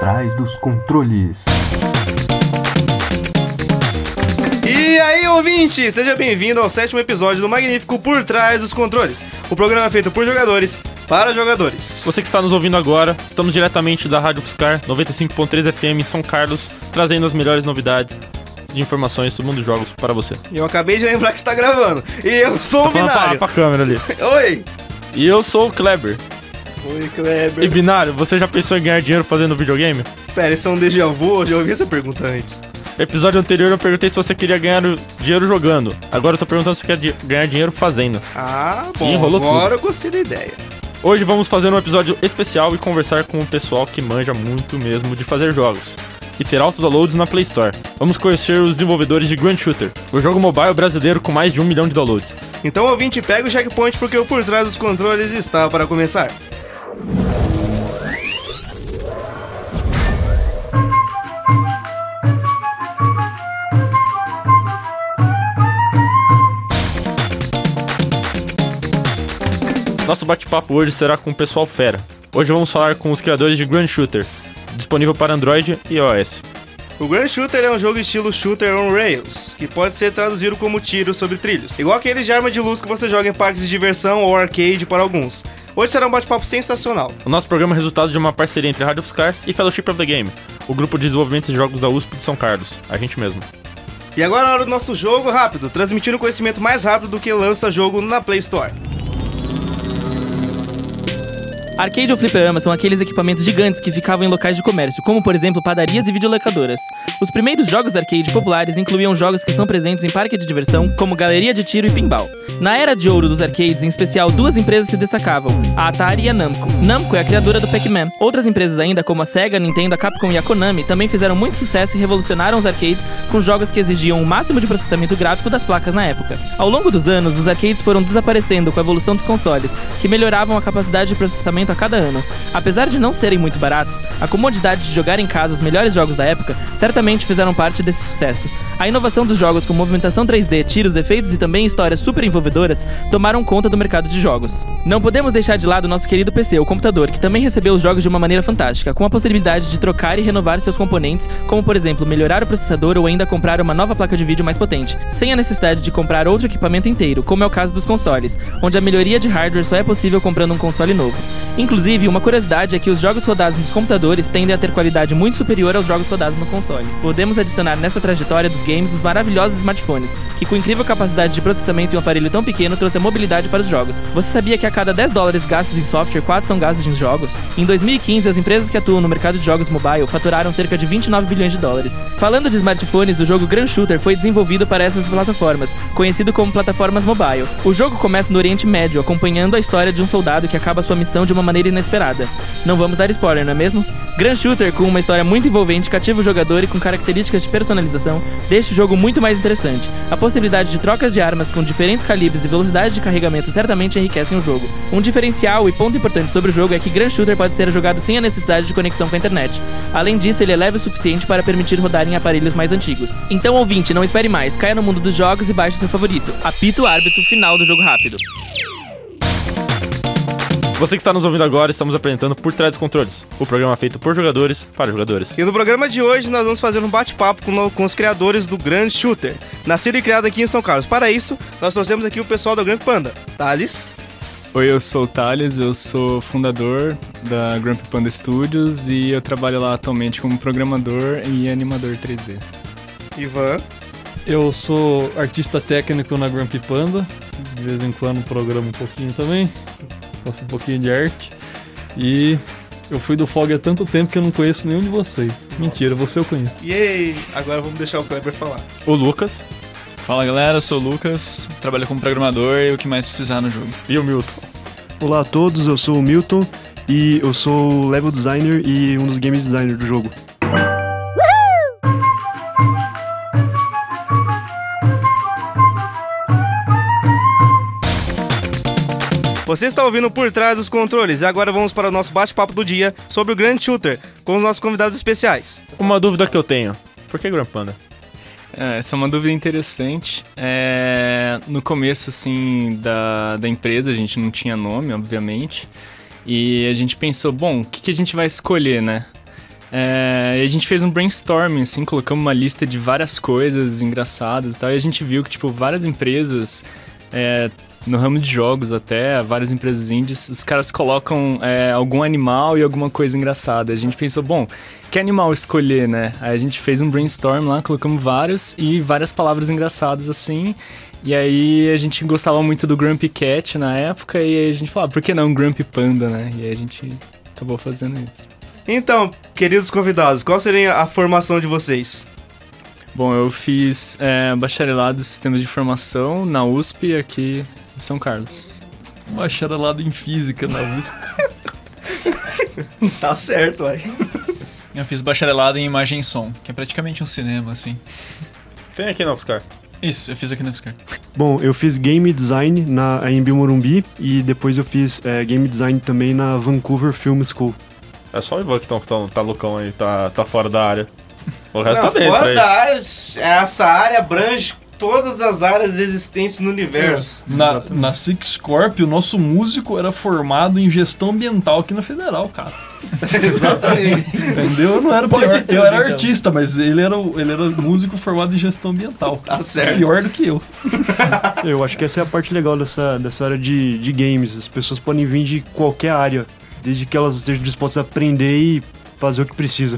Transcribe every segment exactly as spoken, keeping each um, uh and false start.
trás dos controles. E aí, ouvinte, seja bem-vindo ao sétimo episódio do magnífico Por Trás dos Controles, o programa feito por jogadores para jogadores. Você que está nos ouvindo agora, estamos diretamente da Rádio Fiscar noventa e cinco ponto três F M em São Carlos, trazendo as melhores novidades de informações sobre o mundo dos jogos para você. Eu acabei de lembrar que está gravando, e eu sou tá o Binário. Pra, pra câmera ali. Oi! E eu sou o Kleber. Oi, Kleber. E Binário, você já pensou em ganhar dinheiro fazendo videogame? Pera, isso é um déjà vu? Eu já ouvi essa pergunta antes. No episódio anterior eu perguntei se você queria ganhar dinheiro jogando. Agora eu tô perguntando se você quer di- ganhar dinheiro fazendo. Ah, bom, Enrolou agora tudo. eu gostei da ideia. Hoje vamos fazer um episódio especial e conversar com o pessoal que manja muito mesmo de fazer jogos e ter altos downloads na Play Store. Vamos conhecer os desenvolvedores de Grunt Shooter, o jogo mobile brasileiro com mais de um milhão de downloads. Então, ouvinte, pega o checkpoint porque o Por Trás dos Controles está para começar. Nosso bate-papo hoje será com o pessoal fera. Hoje vamos falar com os criadores de Grunt Shooter, disponível para Android e iOS. O Grunt Shooter é um jogo estilo shooter on rails, que pode ser traduzido como tiro sobre trilhos, igual aqueles de arma de luz que você joga em parques de diversão ou arcade para alguns. Hoje será um bate-papo sensacional. O nosso programa é resultado de uma parceria entre a Rádio Fiscar e Fellowship of the Game, o grupo de desenvolvimento de jogos da U S P de São Carlos, a gente mesmo. E agora é a hora do nosso jogo rápido, transmitindo conhecimento mais rápido do que lança jogo na Play Store. Arcade ou fliperama são aqueles equipamentos gigantes que ficavam em locais de comércio, como por exemplo padarias e videolocadoras. Os primeiros jogos arcade populares incluíam jogos que estão presentes em parque de diversão, como galeria de tiro e pinball. Na era de ouro dos arcades, em especial, duas empresas se destacavam, a Atari e a Namco. Namco é a criadora do Pac-Man. Outras empresas ainda, como a Sega, a Nintendo, a Capcom e a Konami, também fizeram muito sucesso e revolucionaram os arcades com jogos que exigiam o máximo de processamento gráfico das placas na época. Ao longo dos anos, os arcades foram desaparecendo com a evolução dos consoles, que melhoravam a capacidade de processamento a cada ano. Apesar de não serem muito baratos, a comodidade de jogar em casa os melhores jogos da época certamente fizeram parte desse sucesso. A inovação dos jogos com movimentação três D, tiros, efeitos e também histórias super envolvedoras tomaram conta do mercado de jogos. Não podemos deixar de lado nosso querido P C, o computador, que também recebeu os jogos de uma maneira fantástica, com a possibilidade de trocar e renovar seus componentes, como por exemplo, melhorar o processador ou ainda comprar uma nova placa de vídeo mais potente, sem a necessidade de comprar outro equipamento inteiro, como é o caso dos consoles, onde a melhoria de hardware só é possível comprando um console novo. Inclusive, uma curiosidade é que os jogos rodados nos computadores tendem a ter qualidade muito superior aos jogos rodados no console. Podemos adicionar nesta trajetória dos games os maravilhosos smartphones, que com incrível capacidade de processamento em um aparelho tão pequeno trouxe a mobilidade para os jogos. Você sabia que a cada dez dólares gastos em software, quatro são gastos em jogos? Em dois mil e quinze, as empresas que atuam no mercado de jogos mobile faturaram cerca de vinte e nove bilhões de dólares. Falando de smartphones, o jogo Grunt Shooter foi desenvolvido para essas plataformas, conhecido como plataformas mobile. O jogo começa no Oriente Médio, acompanhando a história de um soldado que acaba sua missão de uma maneira inesperada. Não vamos dar spoiler, não é mesmo? Grunt Shooter, com uma história muito envolvente, cativa o jogador e com características de personalização, deixa o jogo muito mais interessante. A possibilidade de trocas de armas com diferentes calibres e velocidade de carregamento certamente enriquecem o jogo. Um diferencial e ponto importante sobre o jogo é que Grunt Shooter pode ser jogado sem a necessidade de conexão com a internet. Além disso, ele é leve o suficiente para permitir rodar em aparelhos mais antigos. Então, ouvinte, não espere mais, caia no mundo dos jogos e baixe o seu favorito. Apita o árbitro final do jogo rápido. Você que está nos ouvindo agora, estamos apresentando Por Trás dos Controles, o programa feito por jogadores para jogadores. E no programa de hoje nós vamos fazer um bate-papo com, com os criadores do Grunt Shooter, nascido e criado aqui em São Carlos. Para isso, nós trouxemos aqui o pessoal da Grunt Panda. Thales. Oi, eu sou o Thales, eu sou fundador da Grunt Panda Studios e eu trabalho lá atualmente como programador e animador três D. Ivan. Eu sou artista técnico na Grunt Panda, de vez em quando programo um pouquinho também, faço um pouquinho de arte e eu fui do Fog há tanto tempo que eu não conheço nenhum de vocês. Mentira, você eu conheço. Yay! Agora vamos deixar o Kleber falar. O Lucas. Fala galera, eu sou o Lucas, trabalho como programador e o que mais precisar no jogo. E o Milton. Olá a todos, eu sou o Milton e eu sou level designer e um dos game designers do jogo. Você está ouvindo Por Trás dos Controles e agora vamos para o nosso bate-papo do dia sobre o Grunt Shooter com os nossos convidados especiais. Uma dúvida que eu tenho, por que Grunt Panda? É, essa é uma dúvida interessante. É, no começo, assim, da, da empresa, a gente não tinha nome, obviamente. E a gente pensou, bom, o que, que a gente vai escolher, né? É, e a gente fez um brainstorming, assim, colocamos uma lista de várias coisas engraçadas e tal, e a gente viu que, tipo, várias empresas, é, no ramo de jogos até, várias empresas indies, os caras colocam é, algum animal e alguma coisa engraçada. A gente pensou, bom, que animal escolher, né? Aí a gente fez um brainstorm lá, colocamos vários e várias palavras engraçadas, assim, e aí a gente gostava muito do Grumpy Cat na época, e aí a gente falou, ah, por que não Grumpy Panda, né? E aí a gente acabou fazendo isso. Então, queridos convidados, qual seria a formação de vocês? Bom, eu fiz é, bacharelado em Sistemas de Informação na U S P, aqui em São Carlos. Bacharelado em Física na U S P. Tá certo, uai. Eu fiz bacharelado em Imagem e Som, que é praticamente um cinema, assim. Tem aqui na UFSCar. Isso, eu fiz aqui na UFSCar. Bom, eu fiz Game Design na A M B Morumbi e depois eu fiz é, Game Design também na Vancouver Film School. É só o Ivan que tá, tá, tá loucão aí, tá, tá fora da área. O resto Não, tá dentro fora aí. da área, essa área abrange todas as áreas existentes no universo. Na, na Six Corp, o nosso músico era formado em gestão ambiental aqui na Federal, cara. Exatamente. Entendeu? Eu não era Pode pior. ter, Eu era então. artista, mas ele era, o- ele era músico formado em gestão ambiental. Tá certo. Pior do que eu. Eu acho que essa é a parte legal dessa, dessa área de, de games. As pessoas podem vir de qualquer área, desde que elas estejam dispostas a aprender e fazer o que precisa.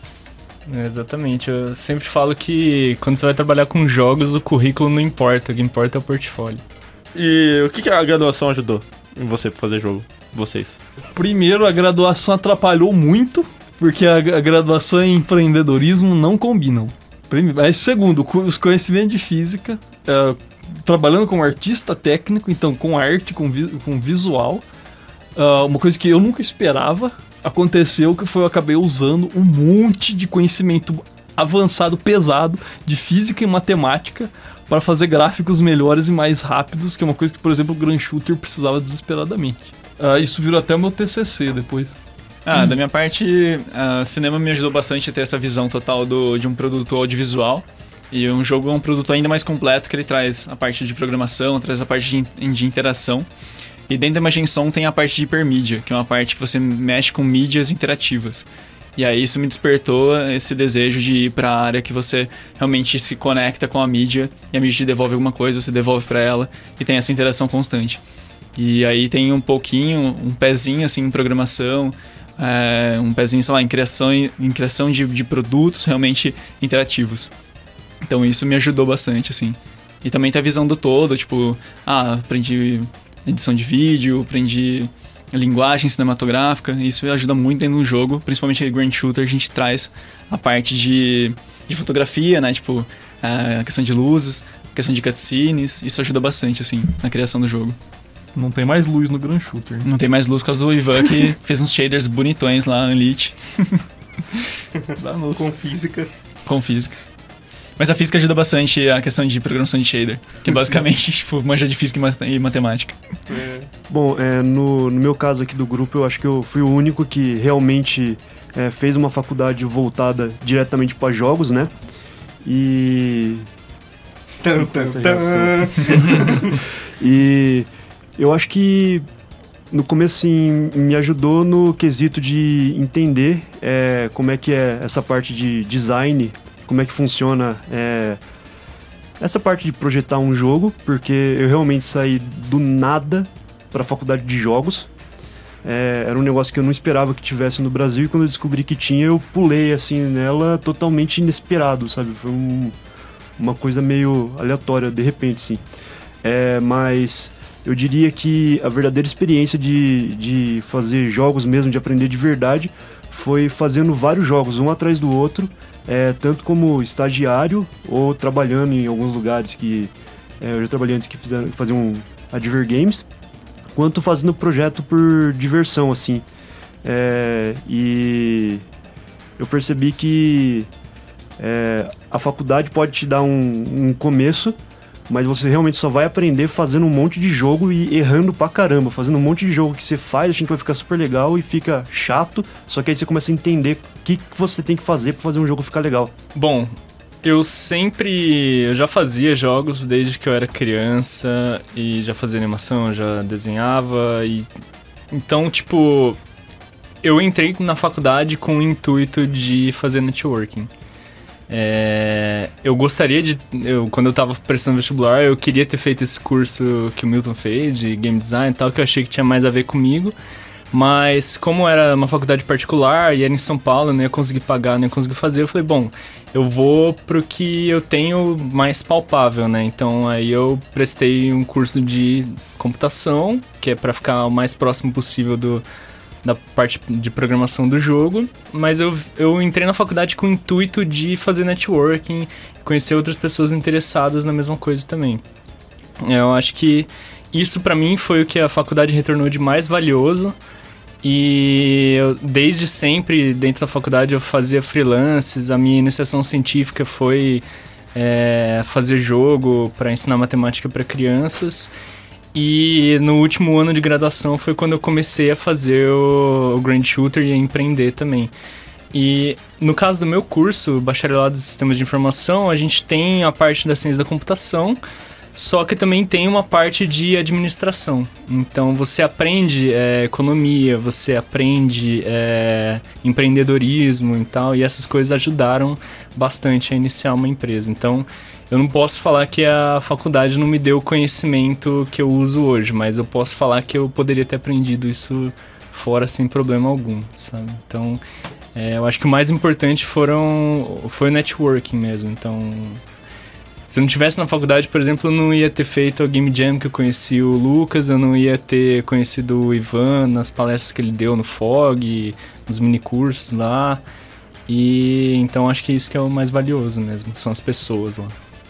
É, exatamente, eu sempre falo que quando você vai trabalhar com jogos, o currículo não importa, o que importa é o portfólio. E o que, que a graduação ajudou em você pra fazer jogo? Vocês. Primeiro, a graduação atrapalhou muito, porque a, a graduação e empreendedorismo não combinam. Prime- Mas segundo, co- os conhecimentos de física, é, trabalhando como artista técnico, então com arte, com, vi- com visual, ah, uma coisa que eu nunca esperava, aconteceu que foi eu acabei usando um monte de conhecimento avançado, pesado, de física e matemática para fazer gráficos melhores e mais rápidos, que é uma coisa que, por exemplo, o Grand Shooter precisava desesperadamente. Ah, isso virou até meu T C C depois. Ah, da minha parte, a cinema me ajudou bastante a ter essa visão total do, de um produto audiovisual. E um jogo é um produto ainda mais completo, que ele traz a parte de programação, traz a parte de, in- de interação. E dentro da Imagem e Som tem a parte de hipermídia, que é uma parte que você mexe com mídias interativas. E aí isso me despertou esse desejo de ir para a área que você realmente se conecta com a mídia e a mídia te devolve alguma coisa, você devolve para ela e tem essa interação constante. E aí tem um pouquinho, um pezinho assim em programação, é, um pezinho, sei lá, em criação, em criação de, de produtos realmente interativos. Então isso me ajudou bastante, assim. E também tem a visão do todo, tipo, ah, aprendi edição de vídeo, aprendi linguagem cinematográfica, isso ajuda muito dentro do jogo, principalmente em Grand Shooter a gente traz a parte de, de fotografia, né, tipo, a questão de luzes, a questão de cutscenes, isso ajuda bastante, assim, na criação do jogo. Não tem mais luz no Grand Shooter. Não tem mais luz por causa do Ivan que fez uns shaders bonitões lá no Elite, Com física. com física. Mas a física ajuda bastante a questão de programação de shader, que basicamente, tipo, manja de física e mat- e matemática. Bom, é, no, no meu caso aqui do grupo, eu acho que eu fui o único que realmente é, fez uma faculdade voltada diretamente para jogos, né? E... Tan, tan, Essa tan. reação. E eu acho que no começo, assim, me ajudou no quesito de entender é, como é que é essa parte de design, como é que funciona é, essa parte de projetar um jogo, porque eu realmente saí do nada para a faculdade de jogos. É, era um negócio que eu não esperava que tivesse no Brasil, e quando eu descobri que tinha, eu pulei assim nela totalmente inesperado, sabe? Foi um, uma coisa meio aleatória, de repente, assim. É, mas eu diria que a verdadeira experiência de, de fazer jogos mesmo, de aprender de verdade, foi fazendo vários jogos, um atrás do outro, é, tanto como estagiário ou trabalhando em alguns lugares que... É, eu já trabalhei antes que fizeram, faziam Adver Games, quanto fazendo projeto por diversão, assim. É, e eu percebi que é, a faculdade pode te dar um, um começo, mas você realmente só vai aprender fazendo um monte de jogo e errando pra caramba, fazendo um monte de jogo que você faz, achando que vai ficar super legal e fica chato, só que aí você começa a entender o que, que você tem que fazer pra fazer um jogo ficar legal. Bom, eu sempre... Eu já fazia jogos desde que eu era criança e já fazia animação, já desenhava e... Então, tipo... eu entrei na faculdade com o intuito de fazer networking. É, eu gostaria de... Eu, quando eu tava prestando vestibular, eu queria ter feito esse curso que o Milton fez, de game design e tal, que eu achei que tinha mais a ver comigo. Mas como era uma faculdade particular e era em São Paulo, eu não ia conseguir pagar, não ia conseguir fazer, eu falei, bom, eu vou pro que eu tenho mais palpável, né? Então aí eu prestei um curso de computação, que é pra ficar o mais próximo possível do, da parte de programação do jogo. Mas eu, eu entrei na faculdade com o intuito de fazer networking, conhecer outras pessoas interessadas na mesma coisa também. Eu acho que isso pra mim foi o que a faculdade retornou de mais valioso. E eu, desde sempre, dentro da faculdade, eu fazia freelances. A minha iniciação científica foi é, fazer jogo para ensinar matemática para crianças. E no último ano de graduação foi quando eu comecei a fazer o, o Grand Shooter e a empreender também. E no caso do meu curso, Bacharelado em Sistemas de Informação, a gente tem a parte da ciência da computação, só que também tem uma parte de administração. Então você aprende é, economia, você aprende é, empreendedorismo e tal, e essas coisas ajudaram bastante a iniciar uma empresa. Então eu não posso falar que a faculdade não me deu o conhecimento que eu uso hoje, mas eu posso falar que eu poderia ter aprendido isso fora sem problema algum, sabe? Então é, eu acho que o mais importante foram, foi o networking mesmo. Então, se eu não tivesse na faculdade, por exemplo, eu não ia ter feito a Game Jam que eu conheci o Lucas, eu não ia ter conhecido o Ivan nas palestras que ele deu no F O G, nos minicursos lá. E então acho que isso que é o mais valioso mesmo, são as pessoas lá.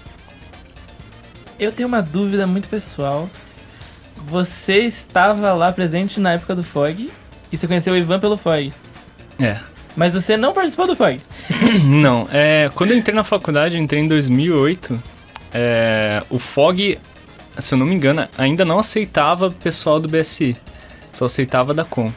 Eu tenho uma dúvida muito pessoal. Você estava lá presente na época do F O G e você conheceu o Ivan pelo F O G. É. Mas você não participou do F O G? Não, é, quando eu entrei na faculdade, eu entrei em dois mil e oito, é, o F O G, se eu não me engano, ainda não aceitava pessoal do B S I, só aceitava da Comp.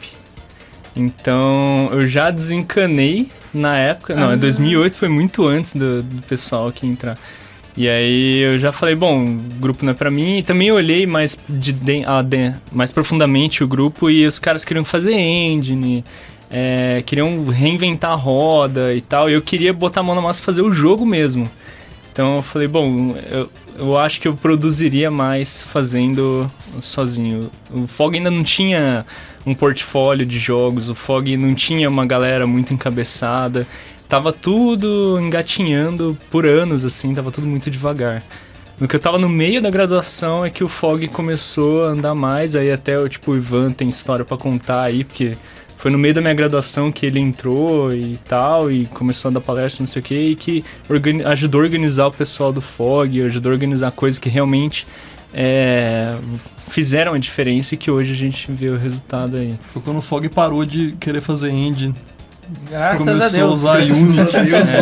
Então, eu já desencanei na época, não, em dois mil e oito foi muito antes do, do pessoal que entrar. E aí eu já falei, bom, o grupo não é pra mim. E também eu olhei mais, de, de, a, de, mais profundamente o grupo e os caras queriam fazer engine, é, queriam reinventar a roda e tal. E eu queria botar a mão na massa e fazer o jogo mesmo. Então eu falei, bom, eu, eu acho que eu produziria mais fazendo sozinho. O F O G ainda não tinha um portfólio de jogos, o F O G não tinha uma galera muito encabeçada. Tava tudo engatinhando por anos, assim, tava tudo muito devagar. No que eu tava no meio da graduação é que o F O G começou a andar mais, aí até o tipo, o Ivan tem história pra contar aí, porque foi no meio da minha graduação que ele entrou e tal, e começou a dar palestra, não sei o que, e que organi- ajudou a organizar o pessoal do F O G, ajudou a organizar coisas que realmente é, fizeram a diferença e que hoje a gente vê o resultado aí. Foi quando o F O G parou de querer fazer engine. Graças Começou a Deus. a usar Unity.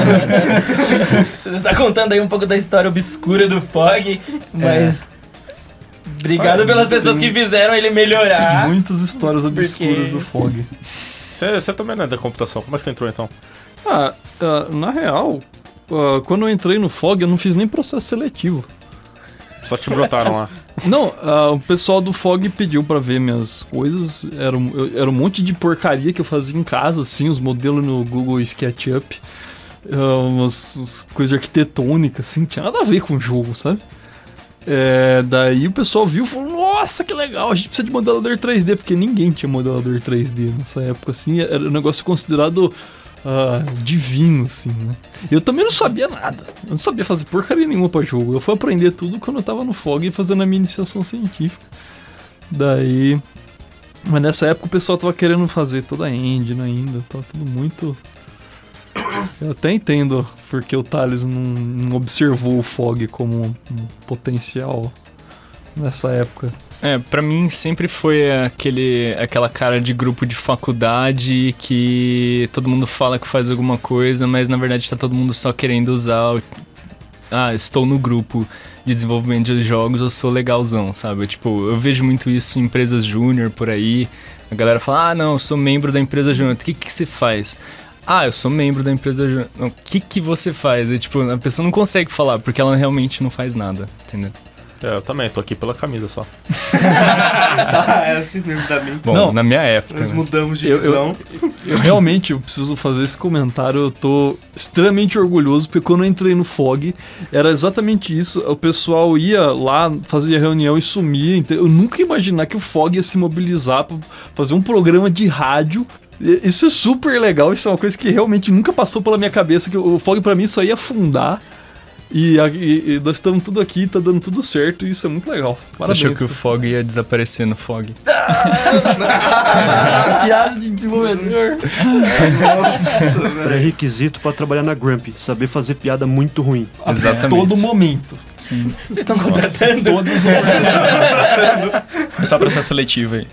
É. Você tá contando aí um pouco da história obscura do F O G, mas... É. Obrigado pelas pessoas que fizeram ele melhorar. Muitas histórias obscuras porque... do F O G. Você, você também não é da computação, como é que você entrou então? Ah, uh, na real, uh, quando eu entrei no F O G eu não fiz nem processo seletivo. Só te brotaram lá. Não, uh, o pessoal do F O G pediu pra ver minhas coisas. Era um, eu, era um monte de porcaria que eu fazia em casa, assim, os modelos no Google SketchUp. Uh, umas, umas coisas arquitetônicas, assim, tinha nada a ver com o jogo, sabe? É, daí o pessoal viu e falou, nossa, que legal, a gente precisa de modelador três D, porque ninguém tinha modelador três D nessa época, assim, era um negócio considerado... Uh, divino, assim, né? Eu também não sabia nada. Eu não sabia fazer porcaria nenhuma pra jogo. Eu fui aprender tudo quando eu tava no F O G fazendo a minha iniciação científica. Daí... Mas nessa época o pessoal tava querendo fazer toda a engine ainda. Tava tudo muito... Eu até entendo porque o Thales não, não observou o F O G como um, um potencial nessa época. É, pra mim sempre foi aquele, aquela cara de grupo de faculdade que todo mundo fala que faz alguma coisa, mas na verdade tá todo mundo só querendo usar o... Ah, estou no grupo de desenvolvimento de jogos, eu sou legalzão, sabe? Tipo, eu vejo muito isso em empresas júnior por aí. A galera fala, ah, não, eu sou membro da empresa júnior. O que que você faz? Ah, eu sou membro da empresa júnior. O que que você faz? E, tipo, a pessoa não consegue falar porque ela realmente não faz nada, entendeu? É, eu também, tô aqui pela camisa só. Ah, é assim mesmo, tá bem. Bom, Não. na minha época. Nós né? mudamos de Eu- eu- visão. Eu realmente eu preciso fazer esse comentário. Eu tô extremamente orgulhoso porque quando eu entrei no F O G era exatamente isso. O pessoal ia lá, fazia reunião e sumia. Então, eu nunca ia imaginar que o F O G ia se mobilizar para fazer um programa de rádio. E- Isso é super legal. Isso é uma coisa que realmente nunca passou pela minha cabeça. Que o F O G pra mim só ia afundar. E, a- e- e nós estamos tudo aqui, tá dando tudo certo. E isso é muito legal. Você Parabéns. achou que o F O G ia desaparecer no F O G? Piada de desenvolvedor. Nossa, velho. Pré-requisito pra trabalhar na Grumpy, saber fazer piada muito ruim. A Exatamente. todo momento. Sim. Vocês estão contratando? Todas as É só processo seletivo aí.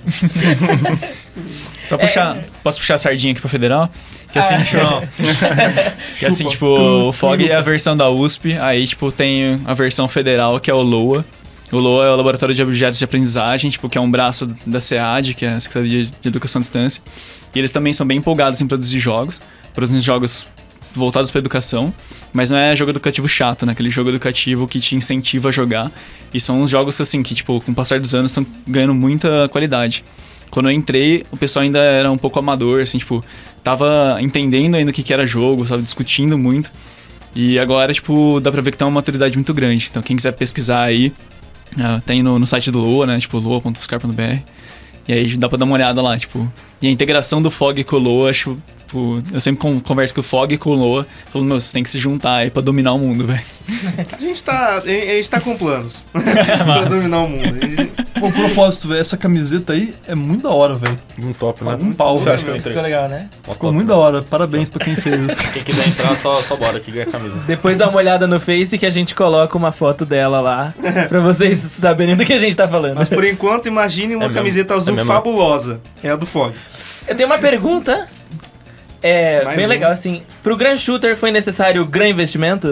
Só puxar. Posso puxar a sardinha aqui pro federal? Que assim, tipo. que assim, tipo, o F O G é a versão da U S P, aí, tipo, tem a versão federal, que é o LOA. O LOA é o Laboratório de Objetos de Aprendizagem, tipo, que é um braço da SEAD, que é a Secretaria de Educação à Distância. E eles também são bem empolgados em produzir jogos, produzir jogos voltados para educação, mas não é jogo educativo chato, né? Aquele jogo educativo que te incentiva a jogar. E são uns jogos, assim, que, tipo, com o passar dos anos estão ganhando muita qualidade. Quando eu entrei, o pessoal ainda era um pouco amador, assim, tipo, tava entendendo ainda o que, que era jogo, tava discutindo muito. E agora, tipo, dá pra ver que tem uma maturidade muito grande. Então, quem quiser pesquisar aí, uh, tem no, no site do Lua, né? Tipo, lua ponto fiscar ponto b r. E aí dá pra dar uma olhada lá, tipo. E a integração do F O G com o Lua, acho. Tipo, eu sempre con- converso com o F O G e com o Lua, falando, meu, vocês têm que se juntar aí pra dominar o mundo, velho. A gente tá. A gente tá com planos pra dominar o mundo. A gente- O propósito, velho, essa camiseta aí é muito da hora, velho. Muito top, né? Um pau, Você acha que velho. eu entrei? Ficou legal, né? Ficou muito da hora. Parabéns pra quem fez. Quem quiser entrar, só, só bora que ganha a camisa. Depois dá uma olhada no Face que a gente coloca uma foto dela lá, pra vocês saberem do que a gente tá falando. Mas por enquanto, imagine uma É mesmo. camiseta azul É mesmo. fabulosa. É a do F O G. Eu tenho uma pergunta. É, Mais bem um. legal, assim. Pro Grand Shooter foi necessário grande investimento?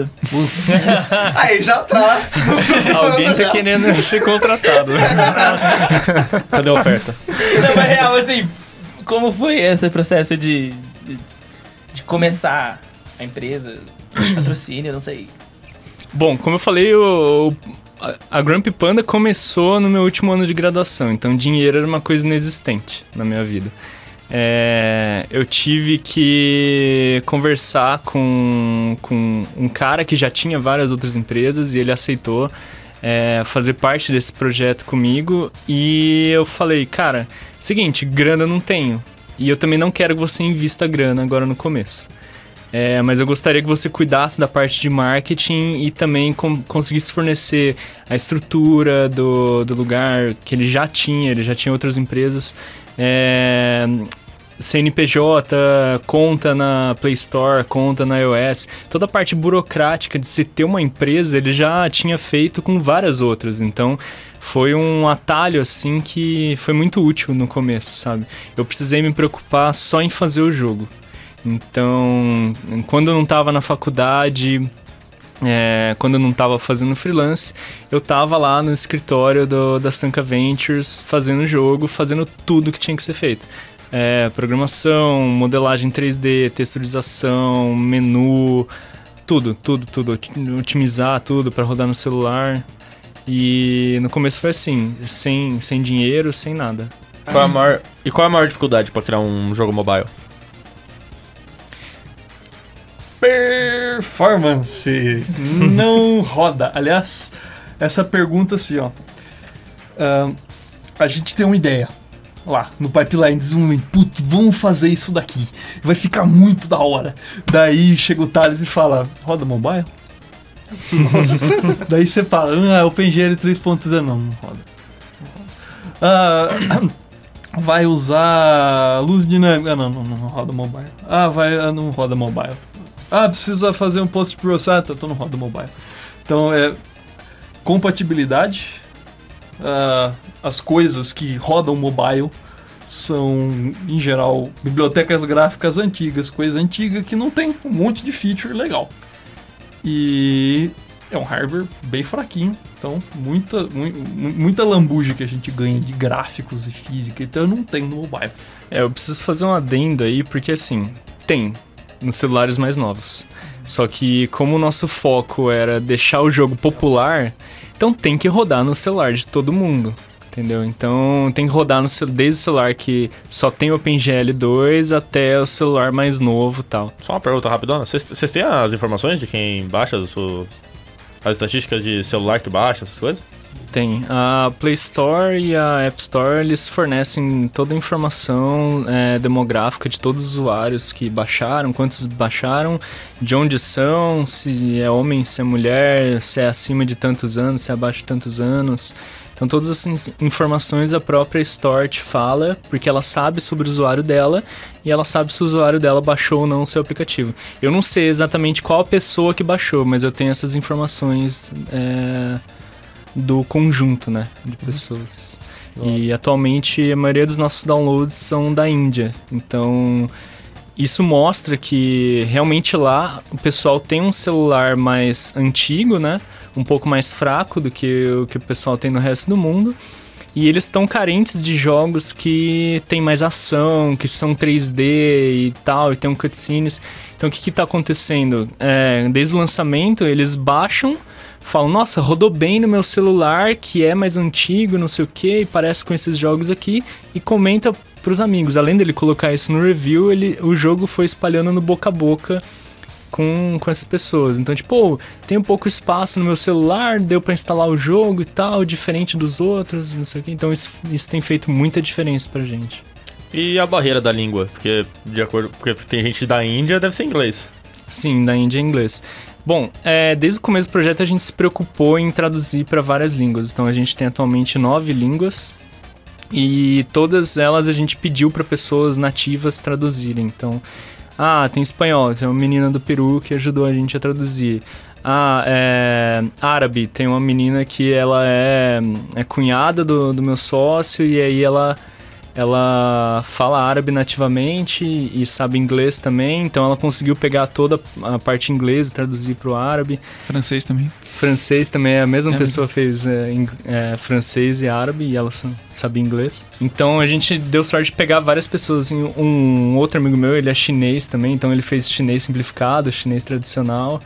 Aí já tá. Alguém tá querendo ser contratado. Cadê a oferta? Não, mas real, assim, como foi esse processo de, de, de começar a empresa? Patrocínio, não sei. Bom, como eu falei, o, o- a, a Grumpy Panda começou no meu último ano de graduação, então dinheiro era uma coisa inexistente na minha vida. É, eu tive que conversar com, com um cara que já tinha várias outras empresas e ele aceitou é, fazer parte desse projeto comigo. E eu falei, cara, seguinte, grana eu não tenho e eu também não quero que você invista grana agora no começo. É, mas eu gostaria que você cuidasse da parte de marketing e também com, conseguisse fornecer a estrutura do, do lugar que ele já tinha, ele já tinha outras empresas. É, C N P J, conta na Play Store, conta na iOS, toda a parte burocrática de se ter uma empresa ele já tinha feito com várias outras, então foi um atalho assim que foi muito útil no começo, sabe? Eu precisei me preocupar só em fazer o jogo. Então, quando eu não estava na faculdade, é, quando eu não estava fazendo freelance, eu estava lá no escritório do, da Sanka Ventures fazendo o jogo, fazendo tudo que tinha que ser feito. É, programação, modelagem três D, texturização, menu, tudo, tudo, tudo. Otimizar tudo para rodar no celular. E no começo foi assim, sem, sem dinheiro, sem nada. Qual é a maior... E qual é a maior dificuldade pra criar um jogo mobile? Performance. Não roda. Aliás, essa pergunta assim, ó. Ahn, a gente tem uma ideia. Lá, no pipeline, de desenvolvimento. Putz, vamos fazer isso daqui. Vai ficar muito da hora. Daí chega o Thales e fala, roda mobile? Nossa. Daí você fala, ah, OpenGL três ponto zero. Não, não roda. Ah, vai usar luz dinâmica. Não, não, não roda mobile. Ah, vai, ah, não roda mobile. Ah, precisa fazer um post-process. Então não roda mobile. Então, é compatibilidade. Uh, as coisas que rodam mobile são, em geral, bibliotecas gráficas antigas, coisa antiga que não tem um monte de feature legal. E é um hardware bem fraquinho, então muita, mu muita lambuja que a gente ganha de gráficos e física, então não tem no mobile. É, eu preciso fazer um adendo aí, porque assim, tem nos celulares mais novos. Só que como o nosso foco era deixar o jogo popular, Então tem que rodar no celular de todo mundo, entendeu? Então tem que rodar no, desde o celular que só tem OpenGL dois até o celular mais novo e tal. Só uma pergunta rapidona. Vocês têm as informações de quem baixa as, suas, as estatísticas de celular que baixa, essas coisas? Tem. A Play Store e a App Store, eles fornecem toda a informação é, demográfica de todos os usuários que baixaram, quantos baixaram, de onde são, se é homem, se é mulher, se é acima de tantos anos, se é abaixo de tantos anos. Então todas essas informações a própria Store te fala, porque ela sabe sobre o usuário dela e ela sabe se o usuário dela baixou ou não o seu aplicativo. Eu não sei exatamente qual a pessoa que baixou, mas eu tenho essas informações... É... do conjunto, né, de pessoas. Oh. E atualmente a maioria dos nossos downloads são da Índia. Então isso mostra que realmente lá o pessoal tem um celular mais antigo, né, um pouco mais fraco do que o que o pessoal tem no resto do mundo. E eles estão carentes de jogos que tem mais ação, que são três D e tal, e tem um cutscenes. Então o que está acontecendo? É, desde o lançamento eles baixam, falam, nossa, rodou bem no meu celular, que é mais antigo, não sei o que, e parece com esses jogos aqui, e comenta pros amigos. Além dele colocar isso no review, ele, o jogo foi espalhando no boca a boca com, com essas pessoas. Então, tipo, oh, tem um pouco espaço no meu celular, deu pra instalar o jogo e tal, diferente dos outros, não sei o que. Então isso, isso tem feito muita diferença pra gente. E a barreira da língua? Porque, de acordo, porque tem gente da Índia, deve ser inglês. Sim, da Índia é inglês. Bom, é, desde o começo do projeto a gente se preocupou em traduzir para várias línguas. Então a gente tem atualmente nove línguas e todas elas a gente pediu para pessoas nativas traduzirem. Então, ah, tem espanhol, tem uma menina do Peru que ajudou a gente a traduzir. Ah, é, árabe, tem uma menina que ela é, é cunhada do, do meu sócio e aí ela... Ela fala árabe nativamente e sabe inglês também, então ela conseguiu pegar toda a parte inglesa e traduzir para o árabe. Francês também. Francês também, a mesma é pessoa fez é, é, francês e árabe e ela sabe inglês. Então a gente deu sorte de pegar várias pessoas. Um, um outro amigo meu, ele é chinês também, então ele fez chinês simplificado, chinês tradicional.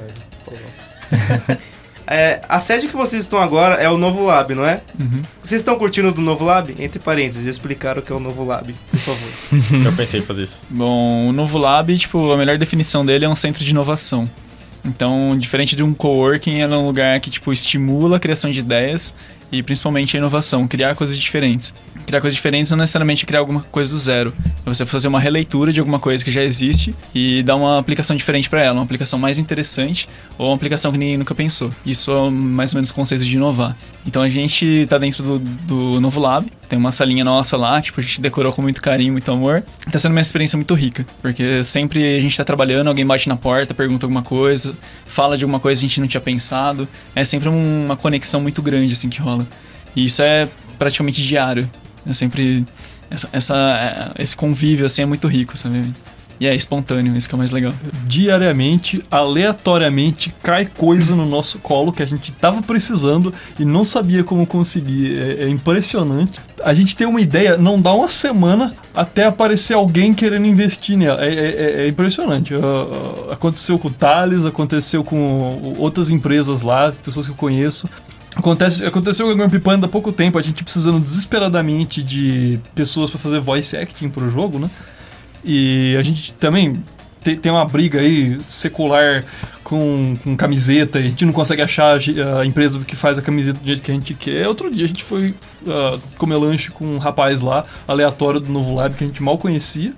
É, a sede que vocês estão agora é o Novo Lab, não é? Uhum. Vocês estão curtindo do Novo Lab? Entre parênteses, explicar o que é o Novo Lab, por favor. Eu pensei em fazer isso. Bom, o Novo Lab, tipo, a melhor definição dele é um centro de inovação. Então, diferente de um coworking, ele é um lugar que, tipo, estimula a criação de ideias e principalmente a inovação, criar coisas diferentes. Criar coisas diferentes não necessariamente criar alguma coisa do zero. É você fazer uma releitura de alguma coisa que já existe e dar uma aplicação diferente para ela, uma aplicação mais interessante ou uma aplicação que ninguém nunca pensou. Isso é mais ou menos o conceito de inovar. Então a gente tá dentro do, do Novo Lab, tem uma salinha nossa lá, tipo, a gente decorou com muito carinho, muito amor. Tá sendo uma experiência muito rica, porque sempre a gente tá trabalhando, alguém bate na porta, pergunta alguma coisa, fala de alguma coisa que a gente não tinha pensado. É sempre uma conexão muito grande, assim, que rola. E isso é praticamente diário. É sempre... Essa, essa, esse convívio, assim, é muito rico, sabe? E é espontâneo, isso que é o mais legal. Diariamente, aleatoriamente, cai coisa no nosso colo que a gente tava precisando e não sabia como conseguir. É, é impressionante. A gente tem uma ideia, não dá uma semana até aparecer alguém querendo investir nela. É, é, é impressionante. Uh, aconteceu com o Thales, aconteceu com outras empresas lá, pessoas que eu conheço. Acontece, aconteceu com a Grumpy Panda há pouco tempo, a gente precisando desesperadamente de pessoas para fazer voice acting pro jogo, né? E a gente também tem, tem uma briga aí secular com, com camiseta, e a gente não consegue achar a empresa que faz a camiseta do jeito que a gente quer. Outro dia a gente foi uh, comer lanche com um rapaz lá, aleatório do Novo Lab, que a gente mal conhecia.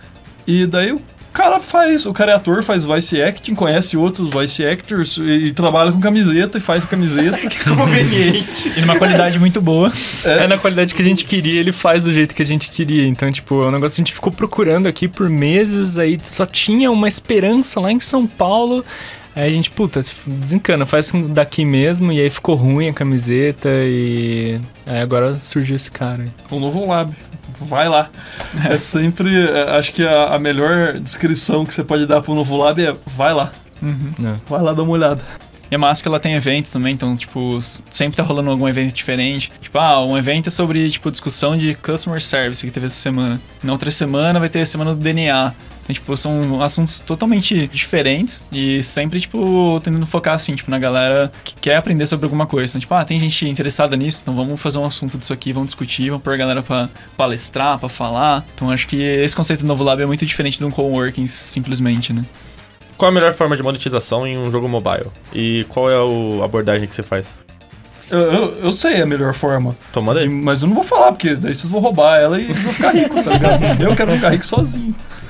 E daí o cara faz, o cara é ator, faz voice acting, conhece outros voice actors e, e trabalha com camiseta e faz camiseta. Que conveniente. E numa qualidade muito boa. É. é na qualidade que a gente queria, ele faz do jeito que a gente queria. Então, tipo, é um negócio que a gente ficou procurando aqui por meses, aí só tinha uma esperança lá em São Paulo. Aí a gente, puta, desencana, faz daqui mesmo, e aí ficou ruim a camiseta e aí agora surgiu esse cara aí. O Novo Lab. Vai lá. É sempre, acho que a, a melhor descrição que você pode dar pro Novo Lab é vai lá. Uhum. É. Vai lá dar uma olhada. E a máscara, ela tem evento também, então, tipo, sempre tá rolando algum evento diferente. Tipo, ah, um evento sobre, tipo, discussão de customer service que teve essa semana. Na outra semana vai ter a semana do D N A. Então, tipo, são assuntos totalmente diferentes e sempre, tipo, tentando focar, assim, tipo, na galera que quer aprender sobre alguma coisa. Então, tipo, ah, tem gente interessada nisso, então vamos fazer um assunto disso aqui, vamos discutir, vamos pôr a galera pra palestrar, pra falar. Então, acho que esse conceito do Novo Lab é muito diferente de um coworking, simplesmente, né? Qual a melhor forma de monetização em um jogo mobile? E qual é a abordagem que você faz? Eu, eu, eu sei a melhor forma. Toma daí. De- mas eu não vou falar, porque daí vocês vão roubar ela e eu vou ficar rico, tá ligado? Eu quero ficar rico sozinho.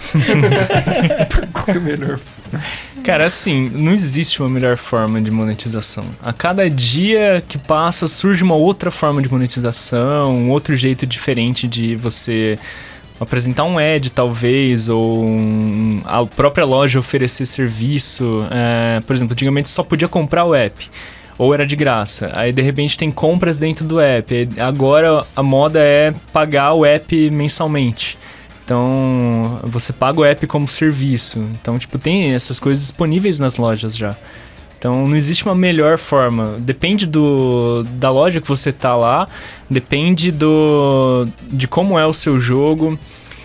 Qual é a melhor? Cara, assim, não existe uma melhor forma de monetização. A cada dia que passa surge uma outra forma de monetização, um outro jeito diferente de você apresentar um ad, talvez, ou um, a própria loja oferecer serviço. É, por exemplo, antigamente só podia comprar o app, ou era de graça. Aí, de repente, tem compras dentro do app. Agora, a moda é pagar o app mensalmente. Então, você paga o app como serviço. Então, tipo, tem essas coisas disponíveis nas lojas já. Então, não existe uma melhor forma. Depende do, da loja que você tá lá, depende do, de como é o seu jogo,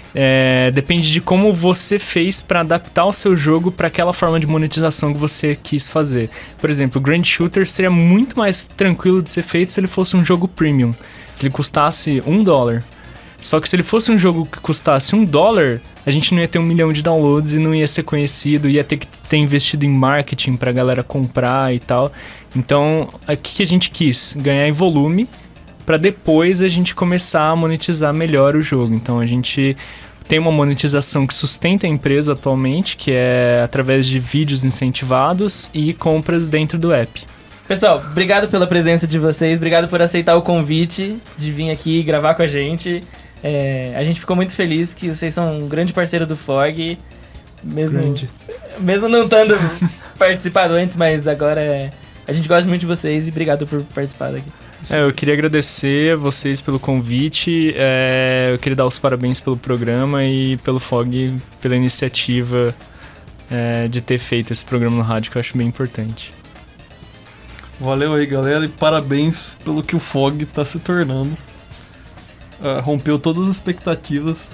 é, depende de como você fez para adaptar o seu jogo para aquela forma de monetização que você quis fazer. Por exemplo, o Grand Shooter seria muito mais tranquilo de ser feito se ele fosse um jogo premium, se ele custasse um dólar. Só que se ele fosse um jogo que custasse um dólar, a gente não ia ter um milhão de downloads e não ia ser conhecido, ia ter que ter investido em marketing pra galera comprar e tal. Então, o que a gente quis? Ganhar em volume pra depois a gente começar a monetizar melhor o jogo. Então, a gente tem uma monetização que sustenta a empresa atualmente, que é através de vídeos incentivados e compras dentro do app. Pessoal, obrigado pela presença de vocês, obrigado por aceitar o convite de vir aqui gravar com a gente. É, a gente ficou muito feliz que vocês são um grande parceiro do F O G, mesmo, mesmo não tendo participado antes, mas agora é, a gente gosta muito de vocês e obrigado por participar daqui. É, eu queria agradecer a vocês pelo convite, é, eu queria dar os parabéns pelo programa e pelo F O G, pela iniciativa é, de ter feito esse programa no rádio, que eu acho bem importante. Valeu aí, galera, e parabéns pelo que o F O G tá se tornando. Uh, rompeu todas as expectativas.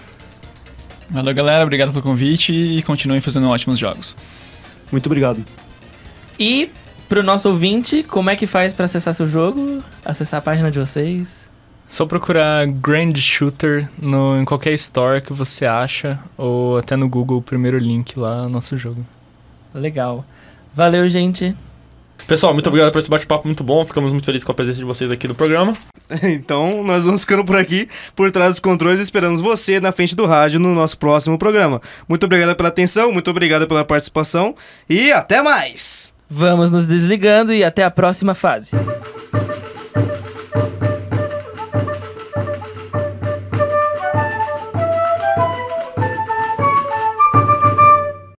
Valeu, galera. Obrigado pelo convite e continuem fazendo ótimos jogos. Muito obrigado. E pro nosso ouvinte, como é que faz pra acessar seu jogo? Acessar a página de vocês? Só procurar Grand Shooter no, em qualquer store que você acha, ou até no Google, o primeiro link lá, nosso jogo. Legal. Valeu, gente. Pessoal, muito obrigado por esse bate-papo muito bom. Ficamos muito felizes com a presença de vocês aqui no programa. Então, nós vamos ficando por aqui, por trás dos controles, esperamos você na frente do rádio no nosso próximo programa. Muito obrigado pela atenção, muito obrigado pela participação e até mais! Vamos nos desligando e até a próxima fase.